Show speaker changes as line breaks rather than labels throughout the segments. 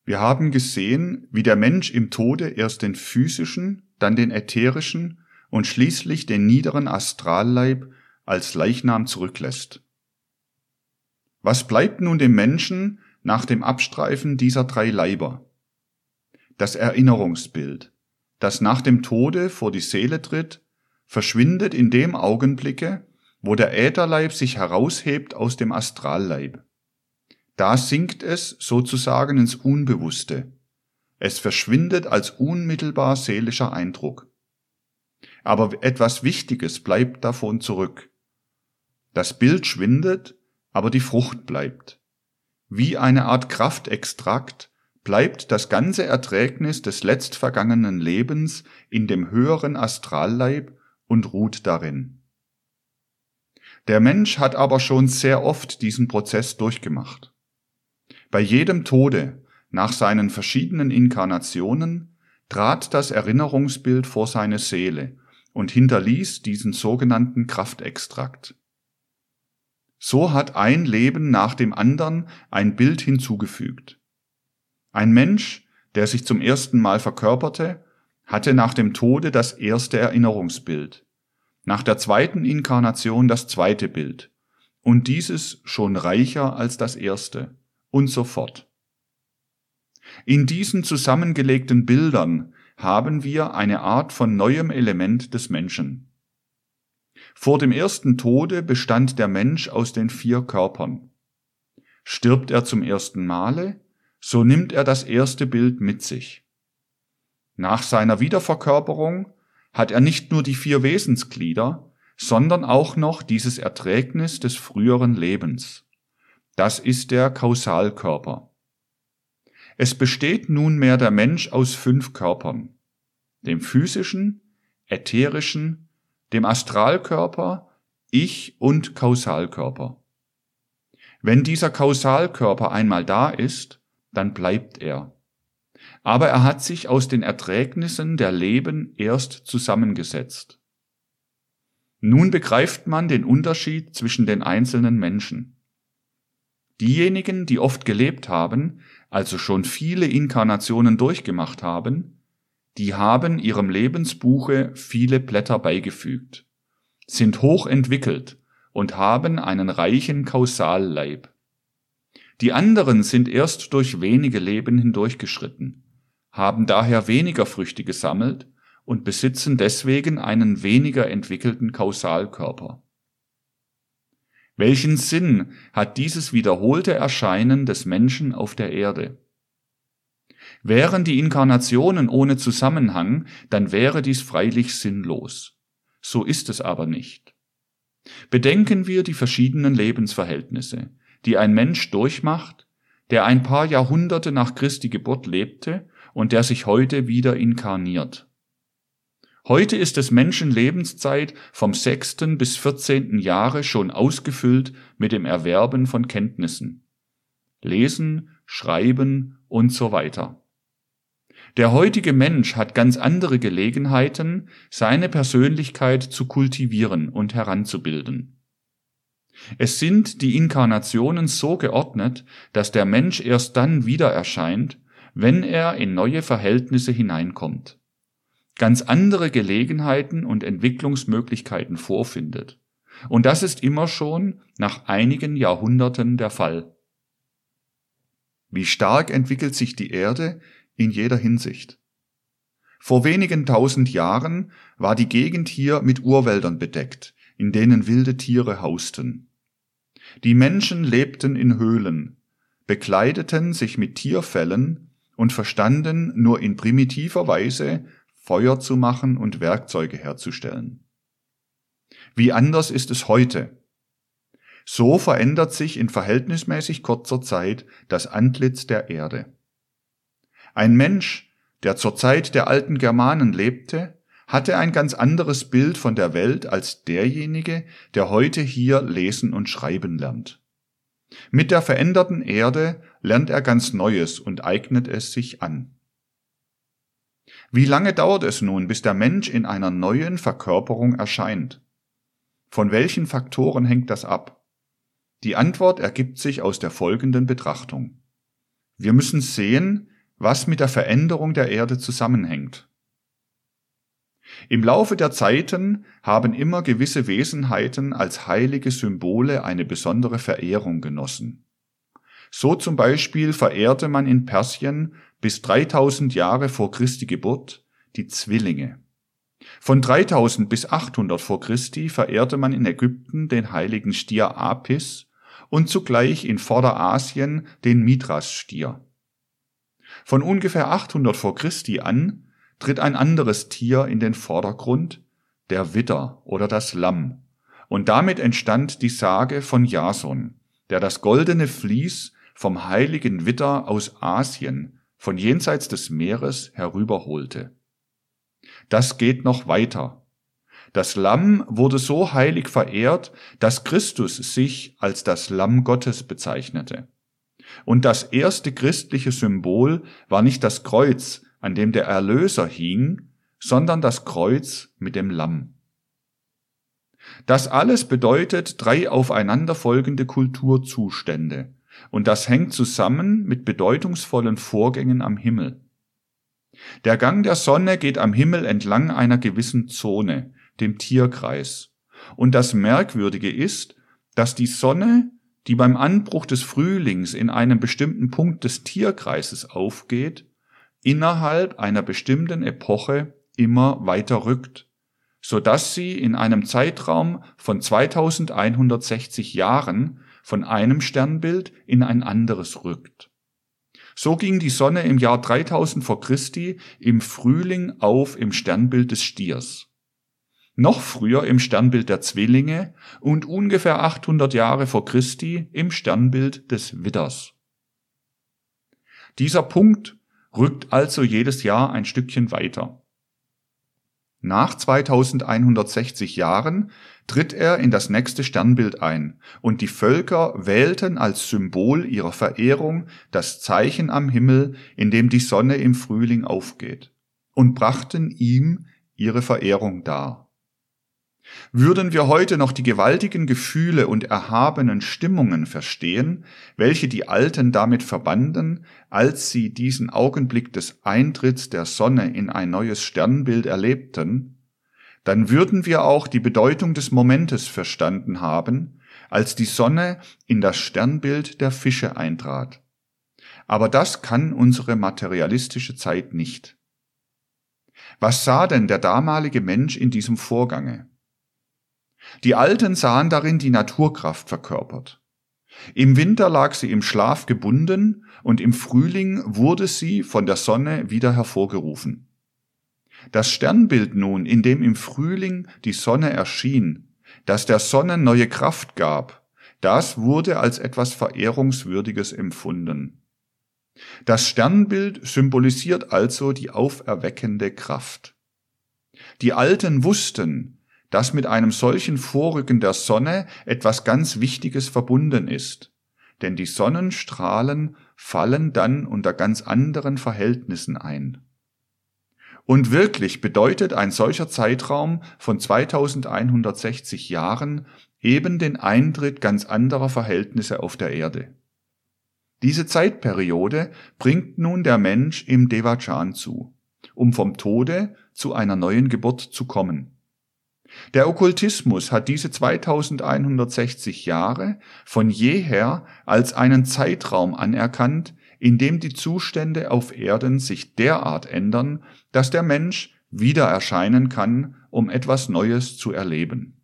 Wir haben gesehen, wie der Mensch im Tode erst den physischen, dann den ätherischen und schließlich den niederen Astralleib als Leichnam zurücklässt. Was bleibt nun dem Menschen nach dem Abstreifen dieser 3 Leiber? Das Erinnerungsbild, das nach dem Tode vor die Seele tritt, verschwindet in dem Augenblicke, wo der Ätherleib sich heraushebt aus dem Astralleib. Da sinkt es sozusagen ins Unbewusste. Es verschwindet als unmittelbar seelischer Eindruck. Aber etwas Wichtiges bleibt davon zurück. Das Bild schwindet, aber die Frucht bleibt. Wie eine Art Kraftextrakt bleibt das ganze Erträgnis des letztvergangenen Lebens in dem höheren Astralleib und ruht darin. Der Mensch hat aber schon sehr oft diesen Prozess durchgemacht. Bei jedem Tode, nach seinen verschiedenen Inkarnationen, trat das Erinnerungsbild vor seine Seele und hinterließ diesen sogenannten Kraftextrakt. So hat ein Leben nach dem anderen ein Bild hinzugefügt. Ein Mensch, der sich zum ersten Mal verkörperte, hatte nach dem Tode das erste Erinnerungsbild, nach der zweiten Inkarnation das zweite Bild und dieses schon reicher als das erste und so fort. In diesen zusammengelegten Bildern haben wir eine Art von neuem Element des Menschen. Vor dem ersten Tode bestand der Mensch aus den 4 Körpern. Stirbt er zum ersten Male, so nimmt er das erste Bild mit sich. Nach seiner Wiederverkörperung hat er nicht nur die 4 Wesensglieder, sondern auch noch dieses Erträgnis des früheren Lebens. Das ist der Kausalkörper. Es besteht nunmehr der Mensch aus 5 Körpern, dem physischen, ätherischen, dem Astralkörper, Ich- und Kausalkörper. Wenn dieser Kausalkörper einmal da ist, dann bleibt er. Aber er hat sich aus den Erträgnissen der Leben erst zusammengesetzt. Nun begreift man den Unterschied zwischen den einzelnen Menschen. Diejenigen, die oft gelebt haben, also schon viele Inkarnationen durchgemacht haben, die haben ihrem Lebensbuche viele Blätter beigefügt, sind hoch entwickelt und haben einen reichen Kausalleib. Die anderen sind erst durch wenige Leben hindurchgeschritten, haben daher weniger Früchte gesammelt und besitzen deswegen einen weniger entwickelten Kausalkörper. Welchen Sinn hat dieses wiederholte Erscheinen des Menschen auf der Erde? Wären die Inkarnationen ohne Zusammenhang, dann wäre dies freilich sinnlos. So ist es aber nicht. Bedenken wir die verschiedenen Lebensverhältnisse, die ein Mensch durchmacht, der ein paar Jahrhunderte nach Christi Geburt lebte und der sich heute wieder inkarniert. Heute ist des Menschen Lebenszeit vom 6. bis 14. Jahre schon ausgefüllt mit dem Erwerben von Kenntnissen. Lesen, Schreiben und so weiter. Der heutige Mensch hat ganz andere Gelegenheiten, seine Persönlichkeit zu kultivieren und heranzubilden. Es sind die Inkarnationen so geordnet, dass der Mensch erst dann wieder erscheint, wenn er in neue Verhältnisse hineinkommt, ganz andere Gelegenheiten und Entwicklungsmöglichkeiten vorfindet. Und das ist immer schon nach einigen Jahrhunderten der Fall. Wie stark entwickelt sich die Erde in jeder Hinsicht? Vor wenigen 1000 Jahren war die Gegend hier mit Urwäldern bedeckt, in denen wilde Tiere hausten. Die Menschen lebten in Höhlen, bekleideten sich mit Tierfellen und verstanden nur in primitiver Weise Feuer zu machen und Werkzeuge herzustellen. Wie anders ist es heute? So verändert sich in verhältnismäßig kurzer Zeit das Antlitz der Erde. Ein Mensch, der zur Zeit der alten Germanen lebte, hatte ein ganz anderes Bild von der Welt als derjenige, der heute hier lesen und schreiben lernt. Mit der veränderten Erde lernt er ganz Neues und eignet es sich an. Wie lange dauert es nun, bis der Mensch in einer neuen Verkörperung erscheint? Von welchen Faktoren hängt das ab? Die Antwort ergibt sich aus der folgenden Betrachtung. Wir müssen sehen, was mit der Veränderung der Erde zusammenhängt. Im Laufe der Zeiten haben immer gewisse Wesenheiten als heilige Symbole eine besondere Verehrung genossen. So zum Beispiel verehrte man in Persien bis 3000 Jahre vor Christi Geburt die Zwillinge. Von 3000 bis 800 vor Christi verehrte man in Ägypten den heiligen Stier Apis und zugleich in Vorderasien den Mithras-Stier. Von ungefähr 800 vor Christi an tritt ein anderes Tier in den Vordergrund, der Widder oder das Lamm, und damit entstand die Sage von Jason, der das goldene Vlies vom heiligen Widder aus Asien, von jenseits des Meeres, herüberholte. Das geht noch weiter. Das Lamm wurde so heilig verehrt, dass Christus sich als das Lamm Gottes bezeichnete. Und das erste christliche Symbol war nicht das Kreuz, an dem der Erlöser hing, sondern das Kreuz mit dem Lamm. Das alles bedeutet 3 aufeinanderfolgende Kulturzustände, und das hängt zusammen mit bedeutungsvollen Vorgängen am Himmel. Der Gang der Sonne geht am Himmel entlang einer gewissen Zone, dem Tierkreis, und das Merkwürdige ist, dass die Sonne, die beim Anbruch des Frühlings in einem bestimmten Punkt des Tierkreises aufgeht, innerhalb einer bestimmten Epoche immer weiter rückt, so dass sie in einem Zeitraum von 2160 Jahren von einem Sternbild in ein anderes rückt. So ging die Sonne im Jahr 3000 vor Christi im Frühling auf im Sternbild des Stiers, noch früher im Sternbild der Zwillinge und ungefähr 800 Jahre vor Christi im Sternbild des Widders. Dieser Punkt rückt also jedes Jahr ein Stückchen weiter. Nach 2160 Jahren tritt er in das nächste Sternbild ein und die Völker wählten als Symbol ihrer Verehrung das Zeichen am Himmel, in dem die Sonne im Frühling aufgeht, und brachten ihm ihre Verehrung dar. Würden wir heute noch die gewaltigen Gefühle und erhabenen Stimmungen verstehen, welche die Alten damit verbanden, als sie diesen Augenblick des Eintritts der Sonne in ein neues Sternbild erlebten, dann würden wir auch die Bedeutung des Momentes verstanden haben, als die Sonne in das Sternbild der Fische eintrat. Aber das kann unsere materialistische Zeit nicht. Was sah denn der damalige Mensch in diesem Vorgange? Die Alten sahen darin die Naturkraft verkörpert. Im Winter lag sie im Schlaf gebunden und im Frühling wurde sie von der Sonne wieder hervorgerufen. Das Sternbild nun, in dem im Frühling die Sonne erschien, das der Sonne neue Kraft gab, das wurde als etwas Verehrungswürdiges empfunden. Das Sternbild symbolisiert also die auferweckende Kraft. Die Alten wussten, dass mit einem solchen Vorrücken der Sonne etwas ganz Wichtiges verbunden ist, denn die Sonnenstrahlen fallen dann unter ganz anderen Verhältnissen ein. Und wirklich bedeutet ein solcher Zeitraum von 2160 Jahren eben den Eintritt ganz anderer Verhältnisse auf der Erde. Diese Zeitperiode bringt nun der Mensch im Devachan zu, um vom Tode zu einer neuen Geburt zu kommen. Der Okkultismus hat diese 2160 Jahre von jeher als einen Zeitraum anerkannt, in dem die Zustände auf Erden sich derart ändern, dass der Mensch wieder erscheinen kann, um etwas Neues zu erleben.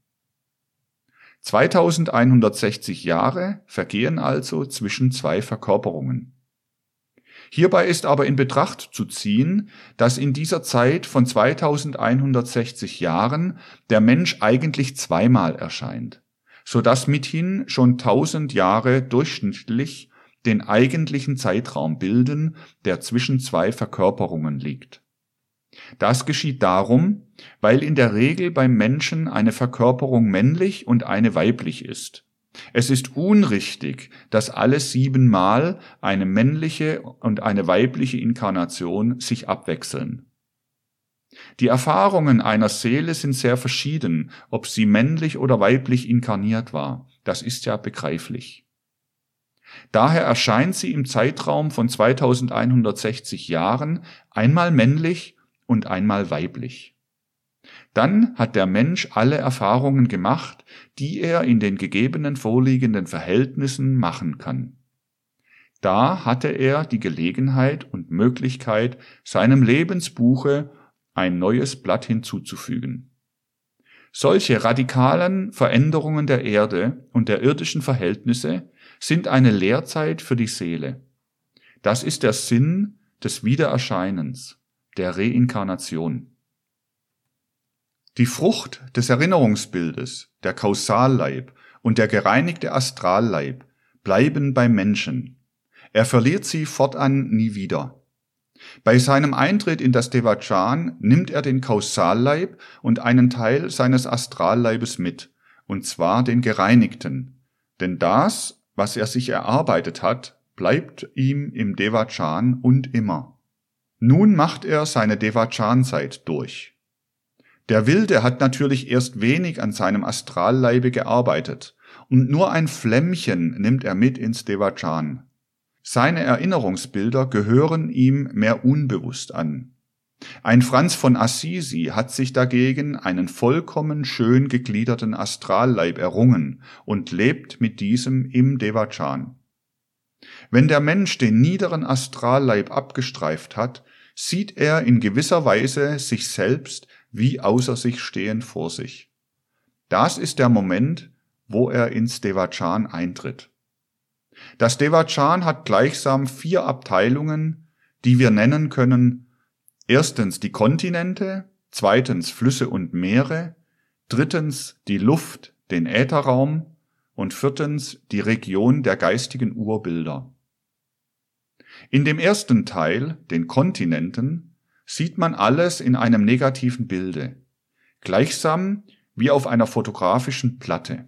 2160 Jahre vergehen also zwischen 2 Verkörperungen. Hierbei ist aber in Betracht zu ziehen, dass in dieser Zeit von 2160 Jahren der Mensch eigentlich zweimal erscheint, so dass mithin schon 1000 Jahre durchschnittlich den eigentlichen Zeitraum bilden, der zwischen 2 Verkörperungen liegt. Das geschieht darum, weil in der Regel beim Menschen eine Verkörperung männlich und eine weiblich ist. Es ist unrichtig, dass alle 7-mal eine männliche und eine weibliche Inkarnation sich abwechseln. Die Erfahrungen einer Seele sind sehr verschieden, ob sie männlich oder weiblich inkarniert war. Das ist ja begreiflich. Daher erscheint sie im Zeitraum von 2160 Jahren einmal männlich und einmal weiblich. Dann hat der Mensch alle Erfahrungen gemacht, die er in den gegebenen vorliegenden Verhältnissen machen kann. Da hatte er die Gelegenheit und Möglichkeit, seinem Lebensbuche ein neues Blatt hinzuzufügen. Solche radikalen Veränderungen der Erde und der irdischen Verhältnisse sind eine Lehrzeit für die Seele. Das ist der Sinn des Wiedererscheinens, der Reinkarnation. Die Frucht des Erinnerungsbildes, der Kausalleib und der gereinigte Astralleib bleiben beim Menschen. Er verliert sie fortan nie wieder. Bei seinem Eintritt in das Devachan nimmt er den Kausalleib und einen Teil seines Astralleibes mit, und zwar den gereinigten, denn das, was er sich erarbeitet hat, bleibt ihm im Devachan und immer. Nun macht er seine Devachan-Zeit durch. Der Wilde hat natürlich erst wenig an seinem Astralleibe gearbeitet, und nur ein Flämmchen nimmt er mit ins Devachan. Seine Erinnerungsbilder gehören ihm mehr unbewusst an. Ein Franz von Assisi hat sich dagegen einen vollkommen schön gegliederten Astralleib errungen und lebt mit diesem im Devachan. Wenn der Mensch den niederen Astralleib abgestreift hat, sieht er in gewisser Weise sich selbst wie außer sich stehend vor sich. Das ist der Moment, wo er ins Devachan eintritt. Das Devachan hat gleichsam 4 Abteilungen, die wir nennen können: erstens die Kontinente, zweitens Flüsse und Meere, drittens die Luft, den Ätherraum und viertens die Region der geistigen Urbilder. In dem ersten Teil, den Kontinenten, sieht man alles in einem negativen Bilde, gleichsam wie auf einer fotografischen Platte.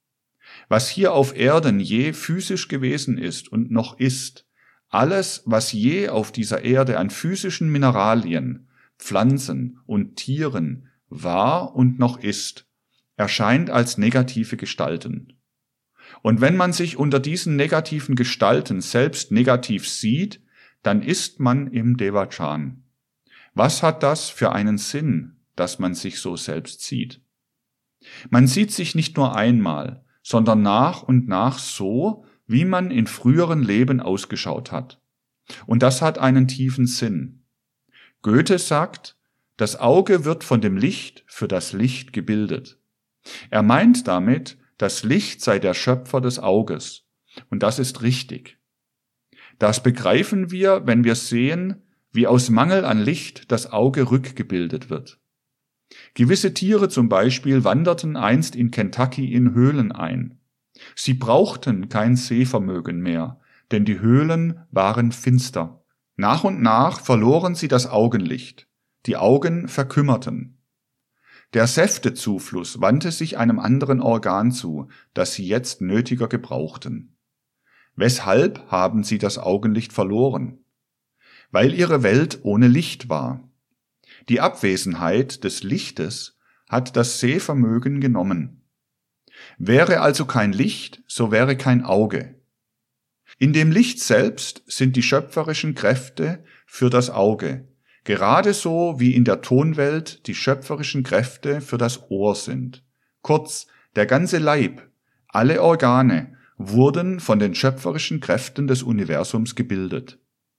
Was hier auf Erden je physisch gewesen ist und noch ist, alles, was je auf dieser Erde an physischen Mineralien, Pflanzen und Tieren war und noch ist, erscheint als negative Gestalten. Und wenn man sich unter diesen negativen Gestalten selbst negativ sieht, dann ist man im Devachan. Was hat das für einen Sinn, dass man sich so selbst sieht? Man sieht sich nicht nur einmal, sondern nach und nach so, wie man in früheren Leben ausgeschaut hat. Und das hat einen tiefen Sinn. Goethe sagt, das Auge wird von dem Licht für das Licht gebildet. Er meint damit, das Licht sei der Schöpfer des Auges. Und das ist richtig. Das begreifen wir, wenn wir sehen, wie aus Mangel an Licht das Auge rückgebildet wird. Gewisse Tiere zum Beispiel wanderten einst in Kentucky in Höhlen ein. Sie brauchten kein Sehvermögen mehr, denn die Höhlen waren finster. Nach und nach verloren sie das Augenlicht. Die Augen verkümmerten. Der Säftezufluss wandte sich einem anderen Organ zu, das sie jetzt nötiger gebrauchten. Weshalb haben sie das Augenlicht verloren? Weil ihre Welt ohne Licht war. Die Abwesenheit des Lichtes hat das Sehvermögen genommen. Wäre also kein Licht, so wäre kein Auge. In dem Licht selbst sind die schöpferischen Kräfte für das Auge, gerade so wie in der Tonwelt die schöpferischen Kräfte für das Ohr sind. Kurz, der ganze Leib, alle Organe wurden von den schöpferischen Kräften des Universums gebildet.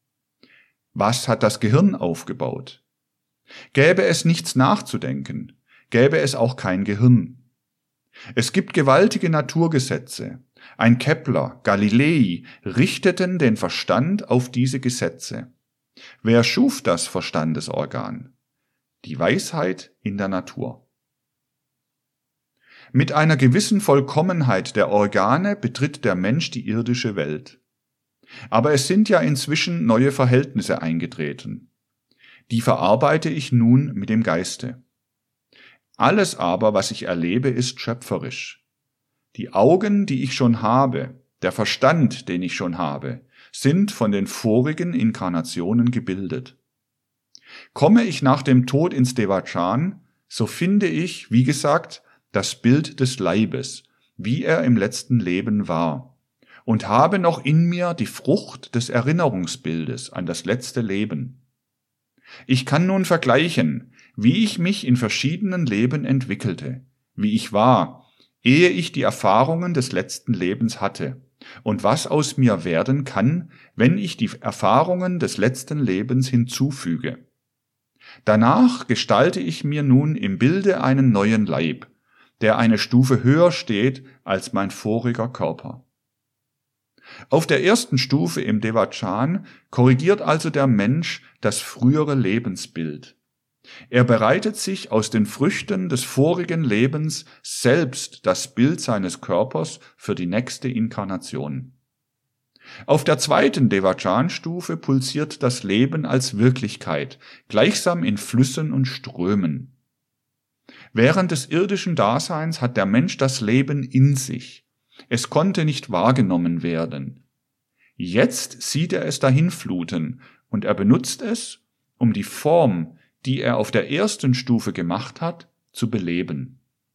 Was hat das Gehirn aufgebaut? Gäbe es nichts nachzudenken, gäbe es auch kein Gehirn. Es gibt gewaltige Naturgesetze. Ein Kepler, Galilei richteten den Verstand auf diese Gesetze. Wer schuf das Verstandesorgan? Die Weisheit in der Natur. Mit einer gewissen Vollkommenheit der Organe betritt der Mensch die irdische Welt. Aber es sind ja inzwischen neue Verhältnisse eingetreten. Die verarbeite ich nun mit dem Geiste. Alles aber, was ich erlebe, ist schöpferisch. Die Augen, die ich schon habe, der Verstand, den ich schon habe, sind von den vorigen Inkarnationen gebildet. Komme ich nach dem Tod ins Devachan, so finde ich, wie gesagt, das Bild des Leibes, wie er im letzten Leben war. und habe noch in mir die Frucht des Erinnerungsbildes an das letzte Leben. Ich kann nun vergleichen, wie ich mich in verschiedenen Leben entwickelte, wie ich war, ehe ich die Erfahrungen des letzten Lebens hatte, und was aus mir werden kann, wenn ich die Erfahrungen des letzten Lebens hinzufüge. Danach gestalte ich mir nun im Bilde einen neuen Leib, der eine Stufe höher steht als mein voriger Körper. Auf der ersten Stufe im Devachan korrigiert also der Mensch das frühere Lebensbild. Er bereitet sich aus den Früchten des vorigen Lebens selbst das Bild seines Körpers für die nächste Inkarnation. Auf der zweiten Devachan-Stufe pulsiert das Leben als Wirklichkeit, gleichsam in Flüssen und Strömen. Während des irdischen Daseins hat der Mensch das Leben in sich. Es konnte nicht wahrgenommen werden. Jetzt sieht er es dahinfluten und er benutzt es, um die Form, die er auf der ersten Stufe gemacht hat, zu beleben.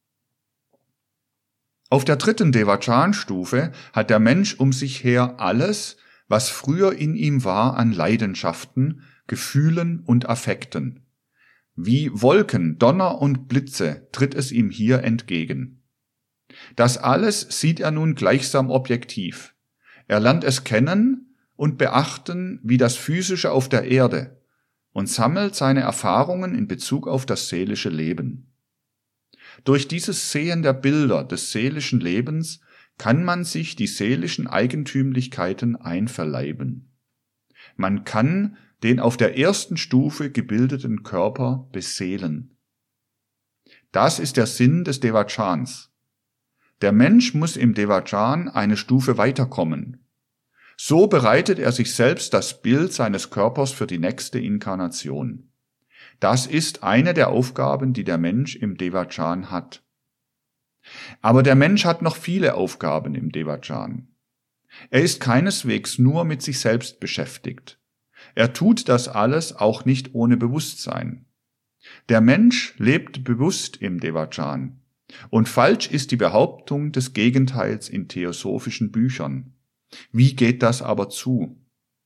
Auf der dritten Devachan-Stufe hat der Mensch um sich her alles, was früher in ihm war an Leidenschaften, Gefühlen und Affekten. Wie Wolken, Donner und Blitze tritt es ihm hier entgegen. Das alles sieht er nun gleichsam objektiv. Er lernt es kennen und beachten wie das Physische auf der Erde und sammelt seine Erfahrungen in Bezug auf das seelische Leben. Durch dieses Sehen der Bilder des seelischen Lebens kann man sich die seelischen Eigentümlichkeiten einverleiben. Man kann den auf der ersten Stufe gebildeten Körper beseelen. Das ist der Sinn des Devachans. Der Mensch muss im Devachan eine Stufe weiterkommen. So bereitet er sich selbst das Bild seines Körpers für die nächste Inkarnation. Das ist eine der Aufgaben, die der Mensch im Devachan hat. Aber der Mensch hat noch viele Aufgaben im Devachan. Er ist keineswegs nur mit sich selbst beschäftigt. Er tut das alles auch nicht ohne Bewusstsein. Der Mensch lebt bewusst im Devachan. Und falsch ist die Behauptung des Gegenteils in theosophischen Büchern. Wie geht das aber zu?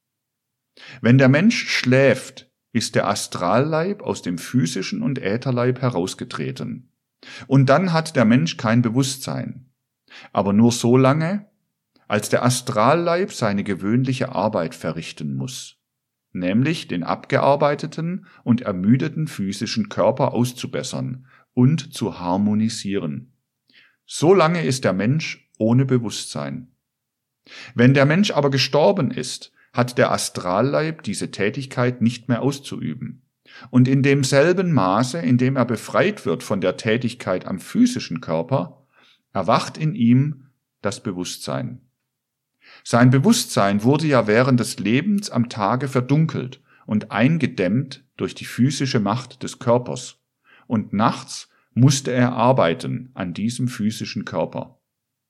Wenn der Mensch schläft, ist der Astralleib aus dem physischen und Ätherleib herausgetreten. Und dann hat der Mensch kein Bewusstsein. Aber nur so lange, als der Astralleib seine gewöhnliche Arbeit verrichten muss, nämlich den abgearbeiteten und ermüdeten physischen Körper auszubessern und zu harmonisieren. So lange ist der Mensch ohne Bewusstsein. Wenn der Mensch aber gestorben ist, hat der Astralleib diese Tätigkeit nicht mehr auszuüben. Und in demselben Maße, in dem er befreit wird von der Tätigkeit am physischen Körper, erwacht in ihm das Bewusstsein. Sein Bewusstsein wurde ja während des Lebens am Tage verdunkelt und eingedämmt durch die physische Macht des Körpers. Und nachts musste er arbeiten an diesem physischen Körper.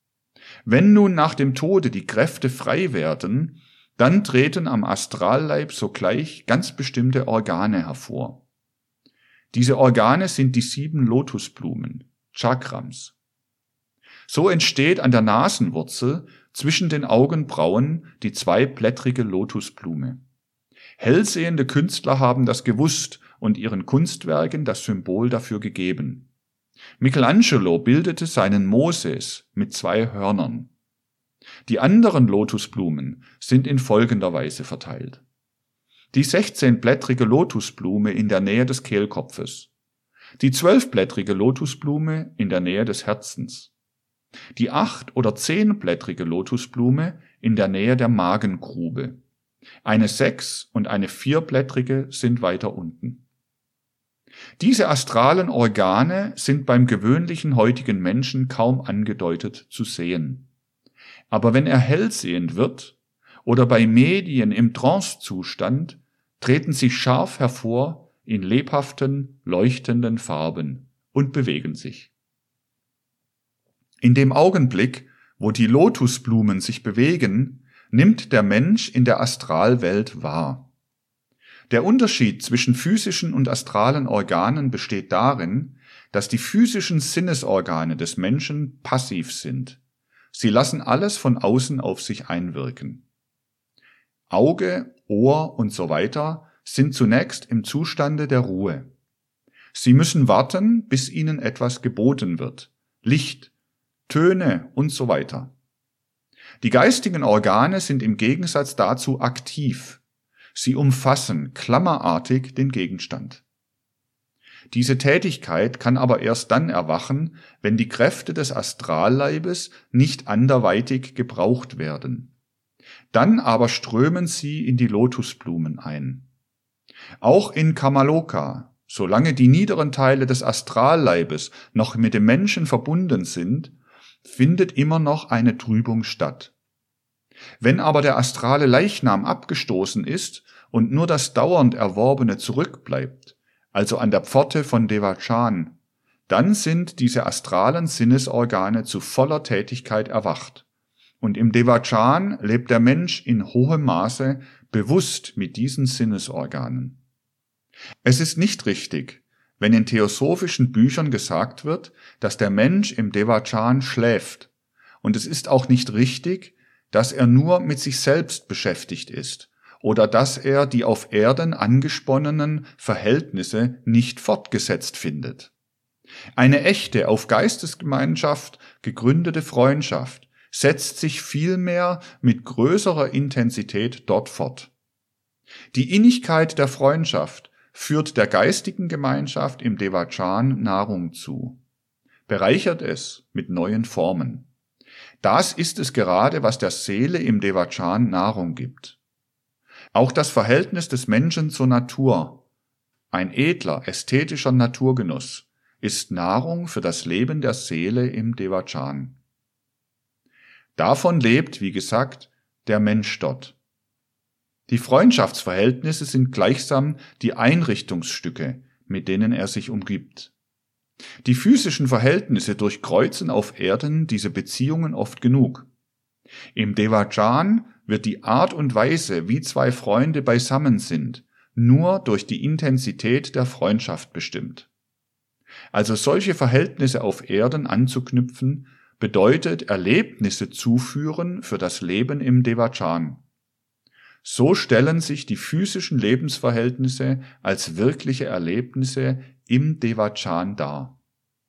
Wenn nun nach dem Tode die Kräfte frei werden, dann treten am Astralleib sogleich ganz bestimmte Organe hervor. Diese Organe sind die 7 Lotusblumen, Chakrams. So entsteht an der Nasenwurzel zwischen den Augenbrauen die 2-blättrige Lotusblume. Hellsehende Künstler haben das gewusst und ihren Kunstwerken das Symbol dafür gegeben. Michelangelo bildete seinen Moses mit 2 Hörnern. Die anderen Lotusblumen sind in folgender Weise verteilt. Die 16-blättrige Lotusblume in der Nähe des Kehlkopfes, die 12-blättrige Lotusblume in der Nähe des Herzens, die 8- oder 10-blättrige Lotusblume in der Nähe der Magengrube, eine 6- und eine 4-blättrige sind weiter unten. Diese astralen Organe sind beim gewöhnlichen heutigen Menschen kaum angedeutet zu sehen. Aber wenn er hellsehend wird oder bei Medien im Trancezustand, treten sie scharf hervor in lebhaften, leuchtenden Farben und bewegen sich. In dem Augenblick, wo die Lotusblumen sich bewegen, nimmt der Mensch in der Astralwelt wahr. Der Unterschied zwischen physischen und astralen Organen besteht darin, dass die physischen Sinnesorgane des Menschen passiv sind. Sie lassen alles von außen auf sich einwirken. Auge, Ohr und so weiter sind zunächst im Zustande der Ruhe. Sie müssen warten, bis ihnen etwas geboten wird. Licht, Töne und so weiter. Die geistigen Organe sind im Gegensatz dazu aktiv. Sie umfassen klammerartig den Gegenstand. Diese Tätigkeit kann aber erst dann erwachen, wenn die Kräfte des Astralleibes nicht anderweitig gebraucht werden. Dann aber strömen sie in die Lotusblumen ein. Auch in Kamaloka, solange die niederen Teile des Astralleibes noch mit dem Menschen verbunden sind, findet immer noch eine Trübung statt. Wenn aber der astrale Leichnam abgestoßen ist und nur das dauernd Erworbene zurückbleibt, also an der Pforte von Devachan, dann sind diese astralen Sinnesorgane zu voller Tätigkeit erwacht. Und im Devachan lebt der Mensch in hohem Maße bewusst mit diesen Sinnesorganen. Es ist nicht richtig, wenn in theosophischen Büchern gesagt wird, dass der Mensch im Devachan schläft. Und es ist auch nicht richtig, dass er nur mit sich selbst beschäftigt ist oder dass er die auf Erden angesponnenen Verhältnisse nicht fortgesetzt findet. Eine echte, auf Geistesgemeinschaft gegründete Freundschaft setzt sich vielmehr mit größerer Intensität dort fort. Die Innigkeit der Freundschaft führt der geistigen Gemeinschaft im Devachan Nahrung zu, bereichert es mit neuen Formen. Das ist es gerade, was der Seele im Devachan Nahrung gibt. Auch das Verhältnis des Menschen zur Natur, ein edler, ästhetischer Naturgenuss, ist Nahrung für das Leben der Seele im Devachan. Davon lebt, wie gesagt, der Mensch dort. Die Freundschaftsverhältnisse sind gleichsam die Einrichtungsstücke, mit denen er sich umgibt. Die physischen Verhältnisse durchkreuzen auf Erden diese Beziehungen oft genug. Im Devachan wird die Art und Weise, wie zwei Freunde beisammen sind, nur durch die Intensität der Freundschaft bestimmt. Also solche Verhältnisse auf Erden anzuknüpfen, bedeutet Erlebnisse zuführen für das Leben im Devachan. So stellen sich die physischen Lebensverhältnisse als wirkliche Erlebnisse im Devachan dar.